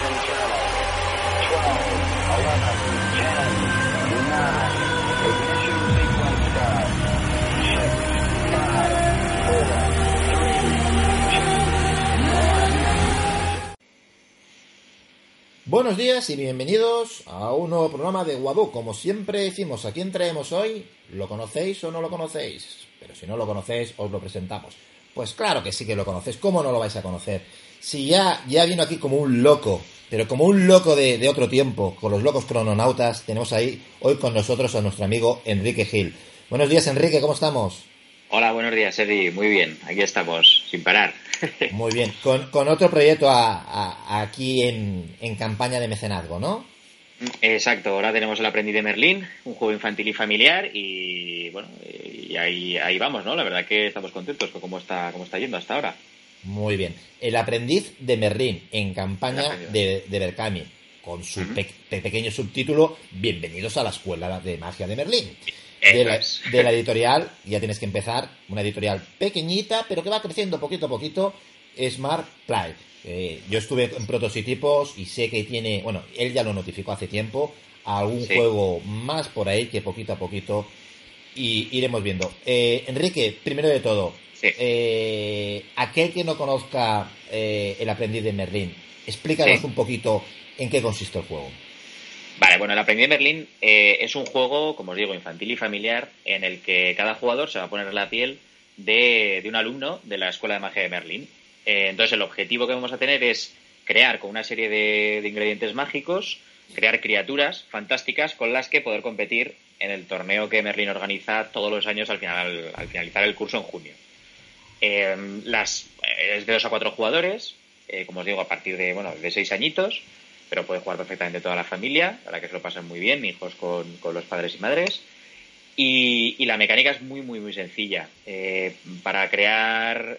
Buenos días y bienvenidos a un nuevo programa de Guadú. Como siempre decimos, ¿a quién traemos hoy? ¿Lo conocéis o no lo conocéis? Pero si no lo conocéis, os lo presentamos. Pues claro que sí que lo conocéis. ¿Cómo no lo vais a conocer? Si ya vino aquí como un loco, pero como un loco de otro tiempo, con los locos crononautas, tenemos ahí hoy con nosotros a nuestro amigo Enrique Gil. Buenos días, Enrique, ¿cómo estamos? Hola, buenos días, Eddie. Muy bien, aquí estamos, sin parar. Muy bien, con otro proyecto aquí en campaña de mecenazgo, ¿no? Exacto, ahora tenemos El aprendiz de Merlín, un juego infantil y familiar y bueno, y ahí vamos, ¿no? La verdad que estamos contentos con cómo está yendo hasta ahora. Muy bien, El aprendiz de Merlín en campaña de Berkami, con su pequeño subtítulo Bienvenidos a la Escuela de Magia de Merlín. De la editorial, ya tienes que empezar, una editorial pequeñita, pero que va creciendo poquito a poquito, Smart Play. Yo estuve en prototipos y sé que tiene, bueno, él ya lo notificó hace tiempo, algún juego más por ahí que poquito a poquito iremos viendo. Enrique, primero de todo, aquel que no conozca El aprendiz de Merlín, explícanos un poquito en qué consiste el juego. Vale, bueno, El aprendiz de Merlín es un juego, como os digo, infantil y familiar, en el que cada jugador se va a poner en la piel de un alumno de la Escuela de Magia de Merlín. Entonces, el objetivo que vamos a tener es crear con una serie de ingredientes mágicos, crear criaturas fantásticas con las que poder competir en el torneo que Merlín organiza todos los años al finalizar el curso en junio. Es de 2 a 4 jugadores, como os digo, a partir de 6 añitos, pero puede jugar perfectamente toda la familia, para que se lo pasen muy bien, hijos con los padres y madres. Y la mecánica es muy, muy, muy sencilla. Para crear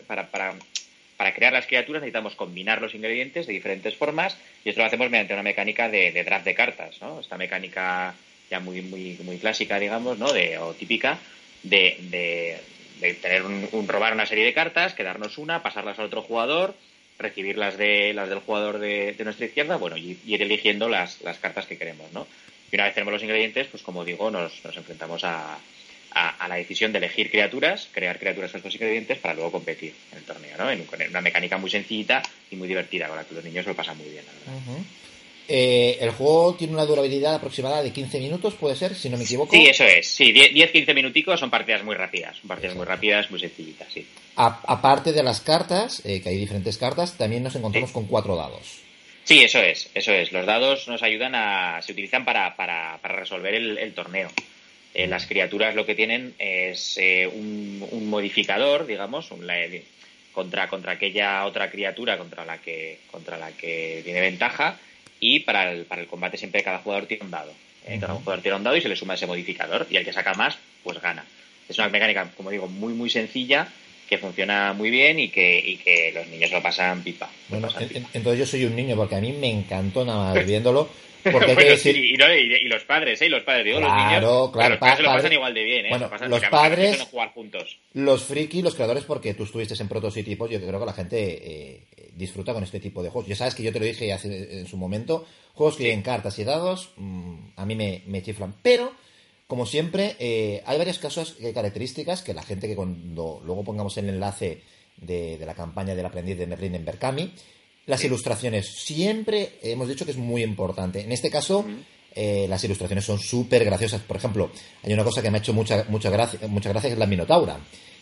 las criaturas necesitamos combinar los ingredientes de diferentes formas, y esto lo hacemos mediante una mecánica de draft de cartas, ¿no? Esta mecánica ya muy, muy, muy clásica, digamos, ¿no? O típica de tener robar una serie de cartas, quedarnos una, pasarlas al otro jugador, recibir las del jugador de nuestra izquierda, bueno, y ir eligiendo las cartas que queremos, ¿no? Y una vez tenemos los ingredientes, pues como digo, nos enfrentamos a la decisión de elegir criaturas, crear criaturas con estos ingredientes para luego competir en el torneo, ¿no? En una mecánica muy sencillita y muy divertida, con la que los niños lo pasan muy bien, la verdad. El juego tiene una durabilidad aproximada de 15 minutos, ¿puede ser? Si no me equivoco. Sí, eso es. Sí, 10-15 minuticos son partidas muy rápidas. Son partidas muy rápidas, muy sencillitas, sí. Aparte de las cartas, que hay diferentes cartas, también nos encontramos con 4 dados. Sí, eso es. Los dados nos ayudan se utilizan para resolver el torneo. Las criaturas lo que tienen es un modificador, digamos, contra aquella otra criatura contra la que tiene ventaja, y para el combate siempre cada jugador tiene un dado. Cada jugador tiene un dado y se le suma ese modificador, y el que saca más, pues gana. Es una mecánica, como digo, muy, muy sencilla, que funciona muy bien y que los niños lo pasan pipa. Bueno, entonces yo soy un niño, porque a mí me encantó nada más viéndolo. Porque hay bueno, que decir... sí, y los padres, digo, claro, los niños, claro, los padres se lo pasan igual de bien, Bueno, pasan, los padres, no jugar juntos. Los frikis, los creadores, porque tú estuviste en prototipos, yo creo que la gente disfruta con este tipo de juegos. Ya sabes que yo te lo dije en su momento, juegos que en cartas y dados, a mí me chiflan. Pero, como siempre, hay varias características que la gente, que cuando luego pongamos el enlace de la campaña del aprendiz de Merlín en Berkami, las ilustraciones siempre hemos dicho que es muy importante. En este caso, las ilustraciones son súper graciosas. Por ejemplo, hay una cosa que me ha hecho mucha gracia, que es la Minotaura.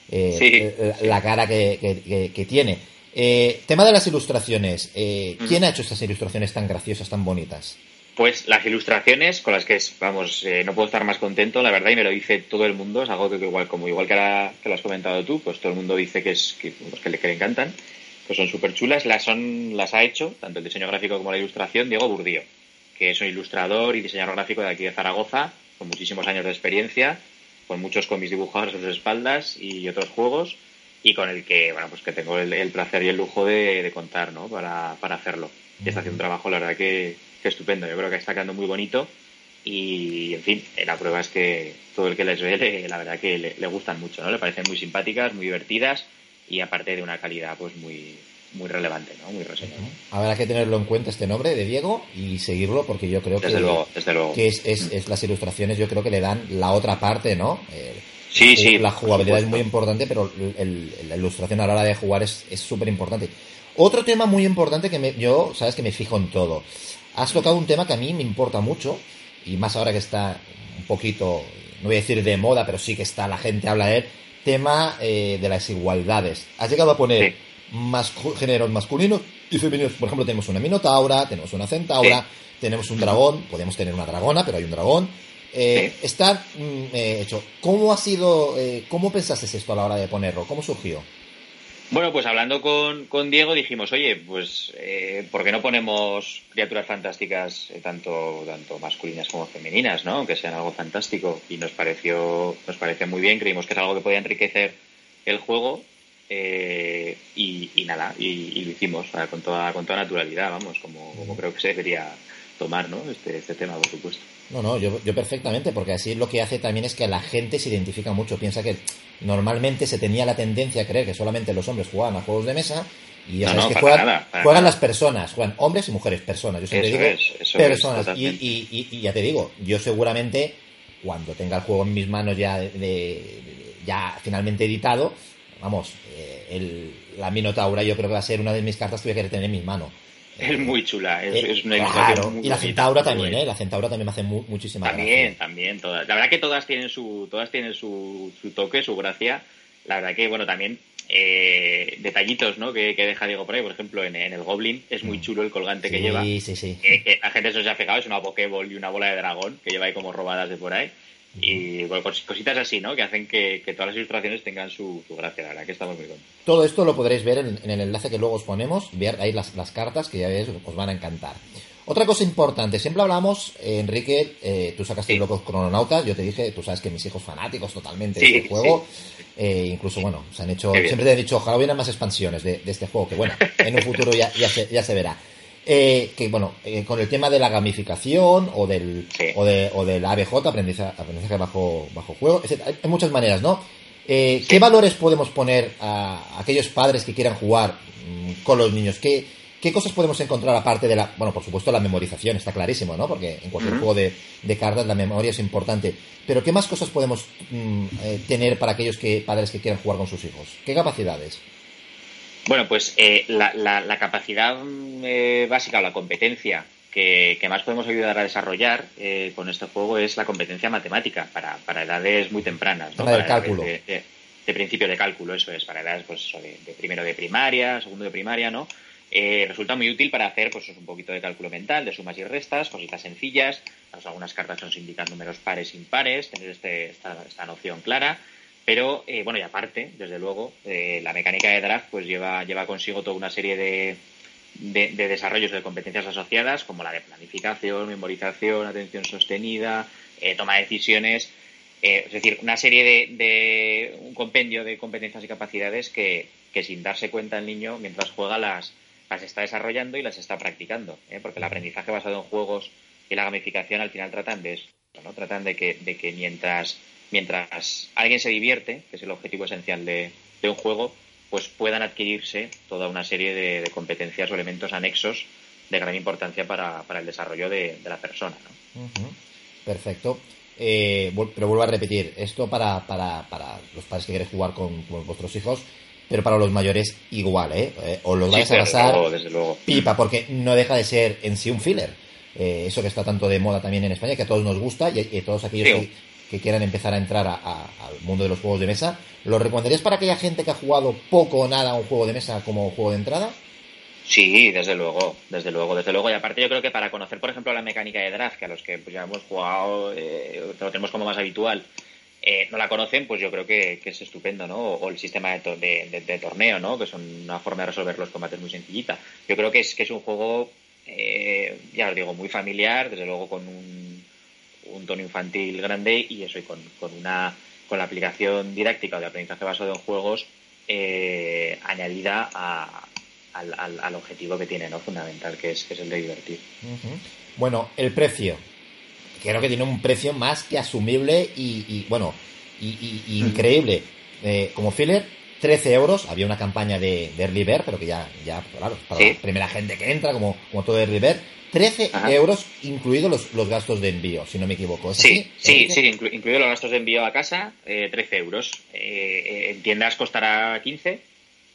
La cara que tiene. Tema de las ilustraciones. ¿Quién ha hecho estas ilustraciones tan graciosas, tan bonitas? Pues las ilustraciones con las que no puedo estar más contento, la verdad, y me lo dice todo el mundo. Es algo que igual que ahora que lo has comentado tú, pues todo el mundo dice que le encantan. Pues son súper chulas. Las ha hecho, tanto el diseño gráfico como la ilustración, Diego Burdío, que es un ilustrador y diseñador gráfico de aquí de Zaragoza, con muchísimos años de experiencia, con muchos cómics dibujados a sus espaldas y otros juegos, y con el que, bueno, pues que tengo el placer y el lujo de contar, ¿no? Para hacerlo. Y está haciendo un trabajo, la verdad, que estupendo. Yo creo que está quedando muy bonito, y, en fin, la prueba es que todo el que les ve, la verdad que le gustan mucho, ¿no? Le parecen muy simpáticas, muy divertidas, y aparte de una calidad pues muy muy relevante, ¿no? Muy reseñable. Habrá que tenerlo en cuenta este nombre de Diego y seguirlo porque yo creo desde luego. Que es las ilustraciones, yo creo que le dan la otra parte, ¿no? Sí, la jugabilidad es muy importante, pero la ilustración a la hora de jugar es súper importante. Otro tema muy importante yo, sabes que me fijo en todo. Has tocado un tema que a mí me importa mucho, y más ahora que está un poquito, no voy a decir de moda, pero sí que está, la gente habla de él, tema de las igualdades. Has llegado a poner géneros masculinos y femeninos. Por ejemplo, tenemos una minotaura, tenemos una centaura, tenemos un dragón, podemos tener una dragona, pero hay un dragón. Está hecho. ¿Cómo ha sido, cómo pensaste esto a la hora de ponerlo? ¿Cómo surgió? Bueno, pues hablando con Diego dijimos, oye, pues ¿por qué no ponemos criaturas fantásticas tanto masculinas como femeninas, ¿no? Aunque sean algo fantástico. Y nos pareció muy bien, creímos que es algo que podía enriquecer el juego y nada, y lo hicimos con toda naturalidad, vamos, como creo que se debería tomar, ¿no? Este tema, por supuesto. No, yo perfectamente, porque así lo que hace también es que la gente se identifica mucho. Piensa que normalmente se tenía la tendencia a creer que solamente los hombres jugaban a juegos de mesa y ya sabes que juegan las personas, juegan hombres y mujeres, personas. Yo siempre digo personas. Y ya te digo, yo seguramente cuando tenga el juego en mis manos ya finalmente editado, vamos, la Minotaura yo creo que va a ser una de mis cartas que voy a querer tener en mis manos. Es muy chula, es una ilustración muy y la centaura también, la centaura también me hace muchísima gracia. También, todas. La verdad que todas tienen su toque, su gracia. La verdad que, bueno, también detallitos, ¿no? Que deja Diego por ahí. Por ejemplo, en el Goblin es muy chulo el colgante que lleva. Sí. Que la gente se ha fijado, es una Pokéball y una bola de dragón que lleva ahí como robadas de por ahí. Y bueno, cositas así, ¿no? Que hacen que todas las ilustraciones tengan su gracia. La verdad que estamos muy contentos. Todo esto lo podréis ver en el enlace que luego os ponemos. Ver ahí las cartas que ya veis, os van a encantar. Otra cosa importante, siempre hablamos, Enrique, tú sacaste Locos Crononautas, yo te dije, tú sabes que mis hijos fanáticos totalmente de este juego, incluso, bueno, se han hecho, siempre te he dicho, ojalá hubieran más expansiones de este juego, que bueno, en un futuro ya se verá. Que bueno, con el tema de la gamificación o del ABJ, aprendizaje bajo juego, hay muchas maneras, ¿no? ¿Qué valores podemos poner a aquellos padres que quieran jugar con los niños? ¿Qué cosas podemos encontrar aparte de bueno, por supuesto la memorización, está clarísimo, ¿no? Porque en cualquier juego de cartas la memoria es importante. Pero ¿qué más cosas podemos tener para aquellos padres que quieran jugar con sus hijos? ¿Qué capacidades? Bueno, pues la capacidad básica o la competencia que más podemos ayudar a desarrollar con este juego es la competencia matemática para edades muy tempranas, ¿no? Para cálculo. De principio de cálculo, eso es, para edades pues, de primero de primaria, segundo de primaria, ¿no? Resulta muy útil para hacer pues un poquito de cálculo mental, de sumas y restas, cositas sencillas. Pues, algunas cartas nos indican números pares, impares, tener esta noción clara. Pero, bueno, y aparte, desde luego, la mecánica de draft pues lleva consigo toda una serie de desarrollos de competencias asociadas, como la de planificación, memorización, atención sostenida, toma de decisiones. Es decir, una serie de un compendio de competencias y capacidades que sin darse cuenta el niño, mientras juega, las está desarrollando y las está practicando, porque el aprendizaje basado en juegos y la gamificación al final tratan de eso, ¿no? Tratan de que mientras alguien se divierte, que es el objetivo esencial de un juego, pues puedan adquirirse toda una serie de competencias o elementos anexos de gran importancia para el desarrollo de la persona, ¿no? Perfecto. Pero vuelvo a repetir, esto para los padres que queréis jugar con vuestros hijos, pero para los mayores igual, os los vais a pasar desde luego. Pipa, porque no deja de ser en sí un filler. Eso que está tanto de moda también en España, que a todos nos gusta, y todos aquellos que quieran empezar a entrar al mundo de los juegos de mesa, ¿lo recomendarías para aquella gente que ha jugado poco o nada a un juego de mesa como juego de entrada? Sí, desde luego. Y aparte yo creo que para conocer, por ejemplo, la mecánica de draft, que a los que pues, ya hemos jugado, lo tenemos como más habitual, no la conocen, pues yo creo que es estupendo, ¿no? O el sistema de torneo, ¿no? Que son una forma de resolver los combates muy sencillita. Yo creo que es un juego, ya os digo, muy familiar, desde luego con un tono infantil grande y eso, y con la aplicación didáctica o de aprendizaje basado en juegos añadida al objetivo que tiene, ¿no? Fundamental, que es el de divertir. Bueno, el precio. Creo que tiene un precio más que asumible y bueno, y increíble. Como filler, 13 euros. Había una campaña de Early Bird, pero que ya claro, para la primera gente que entra, como todo Early Bird. 13 euros, incluidos los gastos de envío, si no me equivoco. Sí, incluidos los gastos de envío a casa, 13 euros. En tiendas costará 15,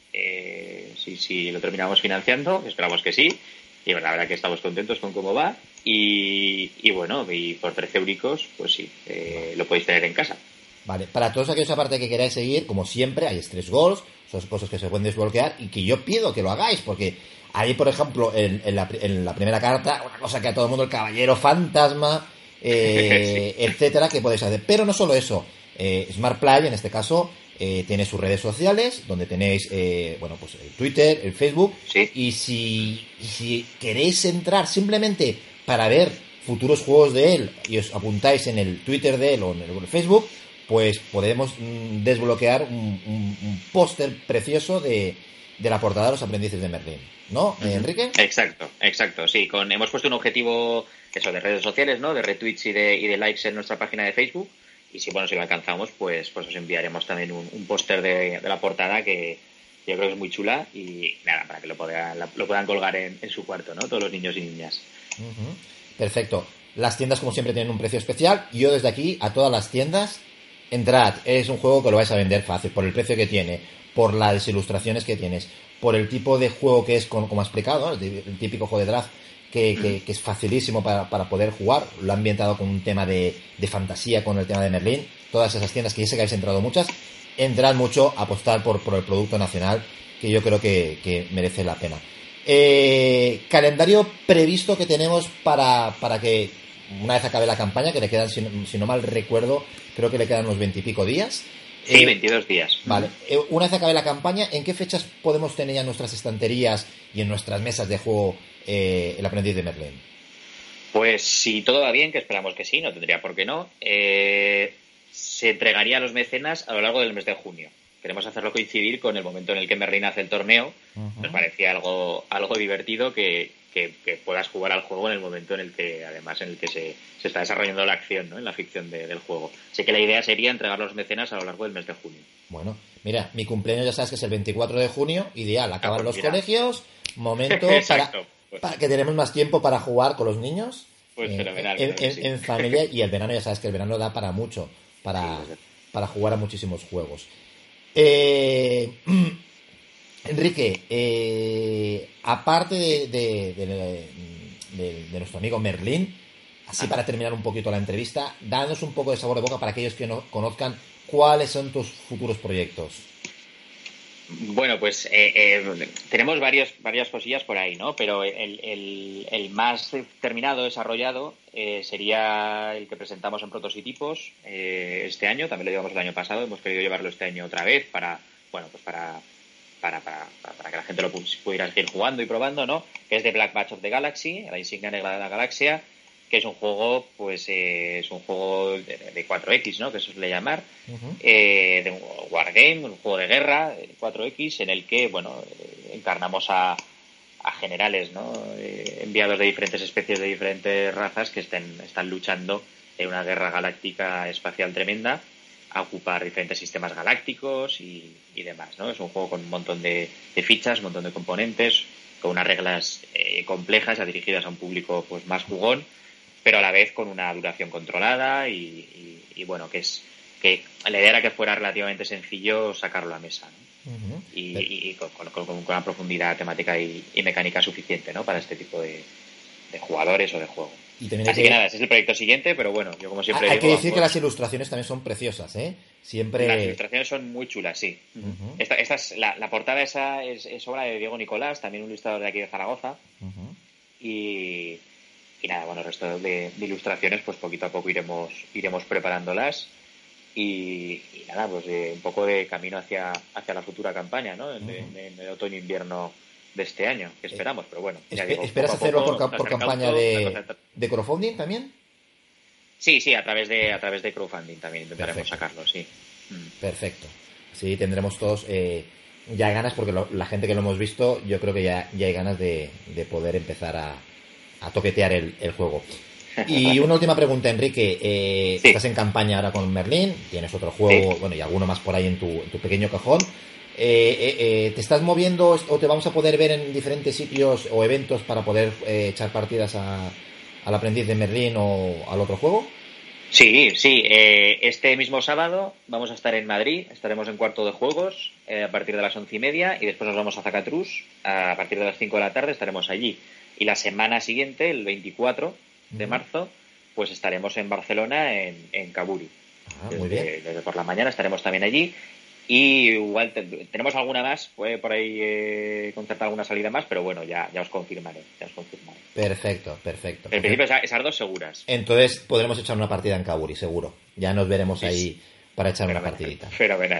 si lo terminamos financiando, esperamos que sí. Y bueno, la verdad que estamos contentos con cómo va. Y bueno, y por 13 euricos, pues sí, lo podéis tener en casa. Vale, para todos aquellos aparte que queráis seguir, como siempre, hay stretch goals, son cosas que se pueden desbloquear y que yo pido que lo hagáis, porque ahí, por ejemplo, en la primera carta, una cosa que a todo el mundo, el caballero fantasma, etcétera, que podéis hacer. Pero no solo eso, Smart Play, en este caso, tiene sus redes sociales, donde tenéis, pues el Twitter, el Facebook, ¿sí? Y si queréis entrar simplemente para ver futuros juegos de él y os apuntáis en el Twitter de él o en el Facebook, pues podemos desbloquear un póster precioso de la portada de los aprendices de Merlín, ¿no, Enrique? Exacto, sí. Hemos puesto un objetivo, eso, de redes sociales, ¿no? De retweets y de likes en nuestra página de Facebook. Y si lo alcanzamos, pues os enviaremos también un póster de la portada que yo creo que es muy chula. Y nada, para que lo puedan colgar en su cuarto, ¿no? Todos los niños y niñas. Perfecto. Las tiendas, como siempre, tienen un precio especial. Yo desde aquí, a todas las tiendas, entrad. Es un juego que lo vais a vender fácil, por el precio que tiene, por las ilustraciones que tienes, por el tipo de juego que es, como ha explicado, ¿no? El típico juego de draft que es facilísimo para poder jugar. Lo ha ambientado con un tema de fantasía, con el tema de Merlín. Todas esas tiendas, que ya sé que habéis entrado muchas, entrad mucho a apostar por el producto nacional, que yo creo que merece la pena. Calendario previsto que tenemos para que una vez acabe la campaña, que le quedan, si no mal recuerdo, creo que le quedan unos 20 y pico días. Sí, 22 días. Vale. Una vez acabe la campaña, ¿en qué fechas podemos tener ya en nuestras estanterías y en nuestras mesas de juego el aprendiz de Merlín? Pues si todo va bien, que esperamos que sí, no tendría por qué no, se entregaría a los mecenas a lo largo del mes de junio. Queremos hacerlo coincidir con el momento en el que Merlín hace el torneo. Nos parecía algo divertido que puedas jugar al juego en el momento en el que se está desarrollando la acción, ¿no? En la ficción del juego. Así que la idea sería entregar los mecenas a lo largo del mes de junio. Bueno, mira, mi cumpleaños ya sabes que es el 24 de junio, ideal, acaban los colegios, momento para que tenemos más tiempo para jugar con los niños. Pues fenomenal. En familia, y el verano, ya sabes que el verano da para mucho, para jugar a muchísimos juegos. Enrique, aparte de nuestro amigo Merlín, así para terminar un poquito la entrevista, danos un poco de sabor de boca para aquellos que no conozcan cuáles son tus futuros proyectos. Bueno, pues tenemos varias cosillas por ahí, ¿no? Pero el más terminado, desarrollado, sería el que presentamos en Prototipos este año. También lo llevamos el año pasado. Hemos querido llevarlo este año otra vez para que la gente lo pudiera seguir jugando y probando, ¿no? Que es de Black Badge of the Galaxy, la insignia negra de la galaxia, que es un juego, es un juego de 4X, ¿no? Que se suele llamar, de un wargame, un juego de guerra, 4X, en el que, encarnamos a generales, ¿no? Enviados de diferentes especies, de diferentes razas, que están luchando en una guerra galáctica espacial tremenda, a ocupar diferentes sistemas galácticos y demás, ¿no? Es un juego con un montón de fichas, un montón de componentes, con unas reglas complejas, dirigidas a un público pues más jugón, pero a la vez con una duración controlada y que la idea era que fuera relativamente sencillo sacarlo a mesa, ¿no? Y con una profundidad temática y mecánica suficiente, ¿no? Para este tipo de jugadores o de juego. Así que nada, ese es el proyecto siguiente, pero bueno, yo como siempre hay que decir que las ilustraciones también son preciosas, ¿eh? Siempre... Las ilustraciones son muy chulas, sí. Esta es la portada esa es obra de Diego Nicolás, también un ilustrador de aquí de Zaragoza. Y nada, el resto de ilustraciones, pues poquito a poco iremos preparándolas. Y nada, pues un poco de camino hacia la futura campaña, ¿no? En el otoño-invierno de este año, que esperamos, pero bueno. ¿Esperas hacerlo por campaña de crowdfunding también? Sí, a través de crowdfunding también intentaremos sacarlo, sí. Perfecto. Sí, tendremos todos ya ganas, porque la gente que lo hemos visto, yo creo que ya hay ganas de poder empezar a toquetear el juego. Y una última pregunta, Enrique. Estás en campaña ahora con Merlín, tienes otro juego, y alguno más por ahí en tu pequeño cajón. ¿te estás moviendo o te vamos a poder ver en diferentes sitios o eventos para poder echar partidas al aprendiz de Merlín o al otro juego? Sí, sí. Este mismo sábado vamos a estar en Madrid, estaremos en Cuarto de Juegos a partir de las 11:30 y después nos vamos a Zacatrús a partir de las 5 de la tarde, estaremos allí. Y la semana siguiente, el 24 de marzo, pues estaremos en Barcelona, en Caburi. Muy bien. Desde por la mañana estaremos también allí. Y igual tenemos alguna más, puede por ahí concertar alguna salida más, pero bueno, ya os confirmaré. Perfecto. En principio esas dos seguras. Entonces podremos echar una partida en Caburi, seguro. Ya nos veremos ahí para echar una partidita. Fenomenal.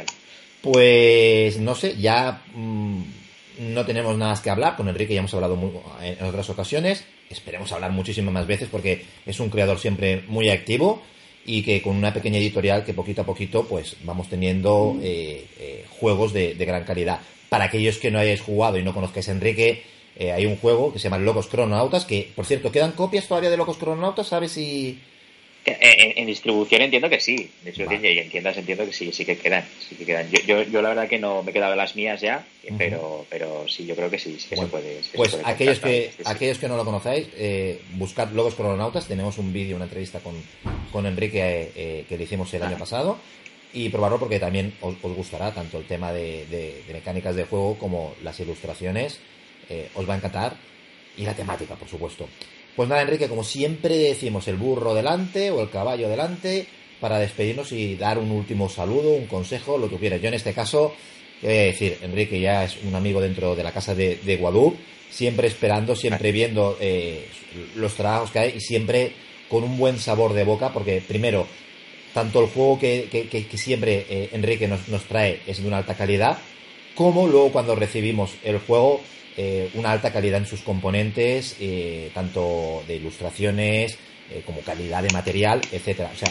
Pues no sé, ya no tenemos nada más que hablar. Con Enrique ya hemos hablado en otras ocasiones. Esperemos hablar muchísimas más veces porque es un creador siempre muy activo y que con una pequeña editorial que poquito a poquito pues vamos teniendo juegos de gran calidad. Para aquellos que no hayáis jugado y no conozcáis a Enrique, hay un juego que se llama Locos Crononautas, que por cierto, ¿quedan copias todavía de Locos Crononautas? ¿Sabes si...? En distribución entiendo que sí, vale. Y en tiendas entiendo que sí que quedan. Yo la verdad que no me he quedado las mías ya, pero sí, yo creo que sí que bueno, se puede. Pues se puede aquellos que no lo conocáis, buscad Logos Crononautas. Tenemos un vídeo, una entrevista con Enrique que le hicimos el año pasado, y probarlo porque también os gustará tanto el tema de mecánicas de juego como las ilustraciones. Os va a encantar, y la temática, por supuesto. Pues nada, Enrique, como siempre decimos, el burro delante o el caballo delante para despedirnos y dar un último saludo, un consejo, lo que quieras. Yo en este caso, ¿qué voy a decir? Enrique ya es un amigo dentro de la casa de Guadup, siempre esperando, siempre viendo los trabajos que hay y siempre con un buen sabor de boca, porque primero, tanto el juego que siempre Enrique nos trae es de una alta calidad, como luego cuando recibimos el juego, una alta calidad en sus componentes, tanto de ilustraciones como calidad de material, etcétera. O sea,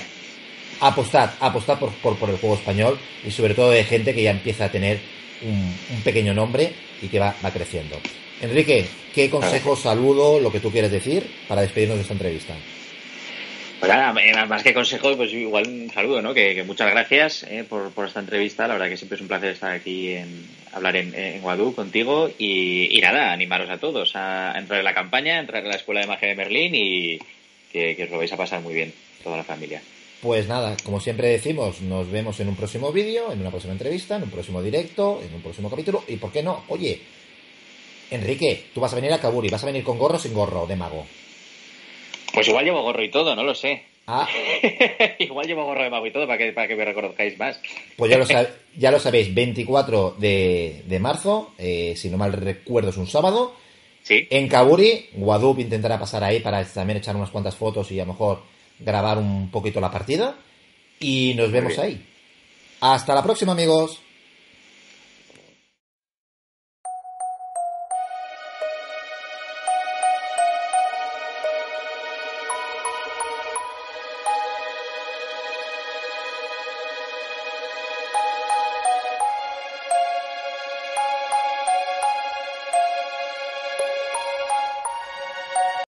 apostad por el juego español y sobre todo de gente que ya empieza a tener un pequeño nombre y que va creciendo. Enrique, ¿qué consejo, saludo, lo que tú quieres decir para despedirnos de esta entrevista? Pues nada, más que consejo, pues igual un saludo, ¿no? Que muchas gracias por esta entrevista. La verdad que siempre es un placer estar aquí hablar en Guadup contigo y nada, animaros a todos a entrar en la campaña, entrar en la Escuela de Magia de Merlín y que os lo vais a pasar muy bien, toda la familia. Pues nada, como siempre decimos, nos vemos en un próximo vídeo, en una próxima entrevista, en un próximo directo, en un próximo capítulo y, ¿por qué no? Oye, Enrique, tú vas a venir a Caburi, ¿vas a venir con gorro o sin gorro de mago? Pues igual llevo gorro y todo, no lo sé. Ah. Igual llevo gorro de mago y todo para que me reconozcáis más. Pues ya lo sabéis, 24 de marzo, si no mal recuerdo es un sábado. Sí. En Caburi, Guadup intentará pasar ahí para también echar unas cuantas fotos y a lo mejor grabar un poquito la partida. Y nos vemos ahí. Hasta la próxima, amigos.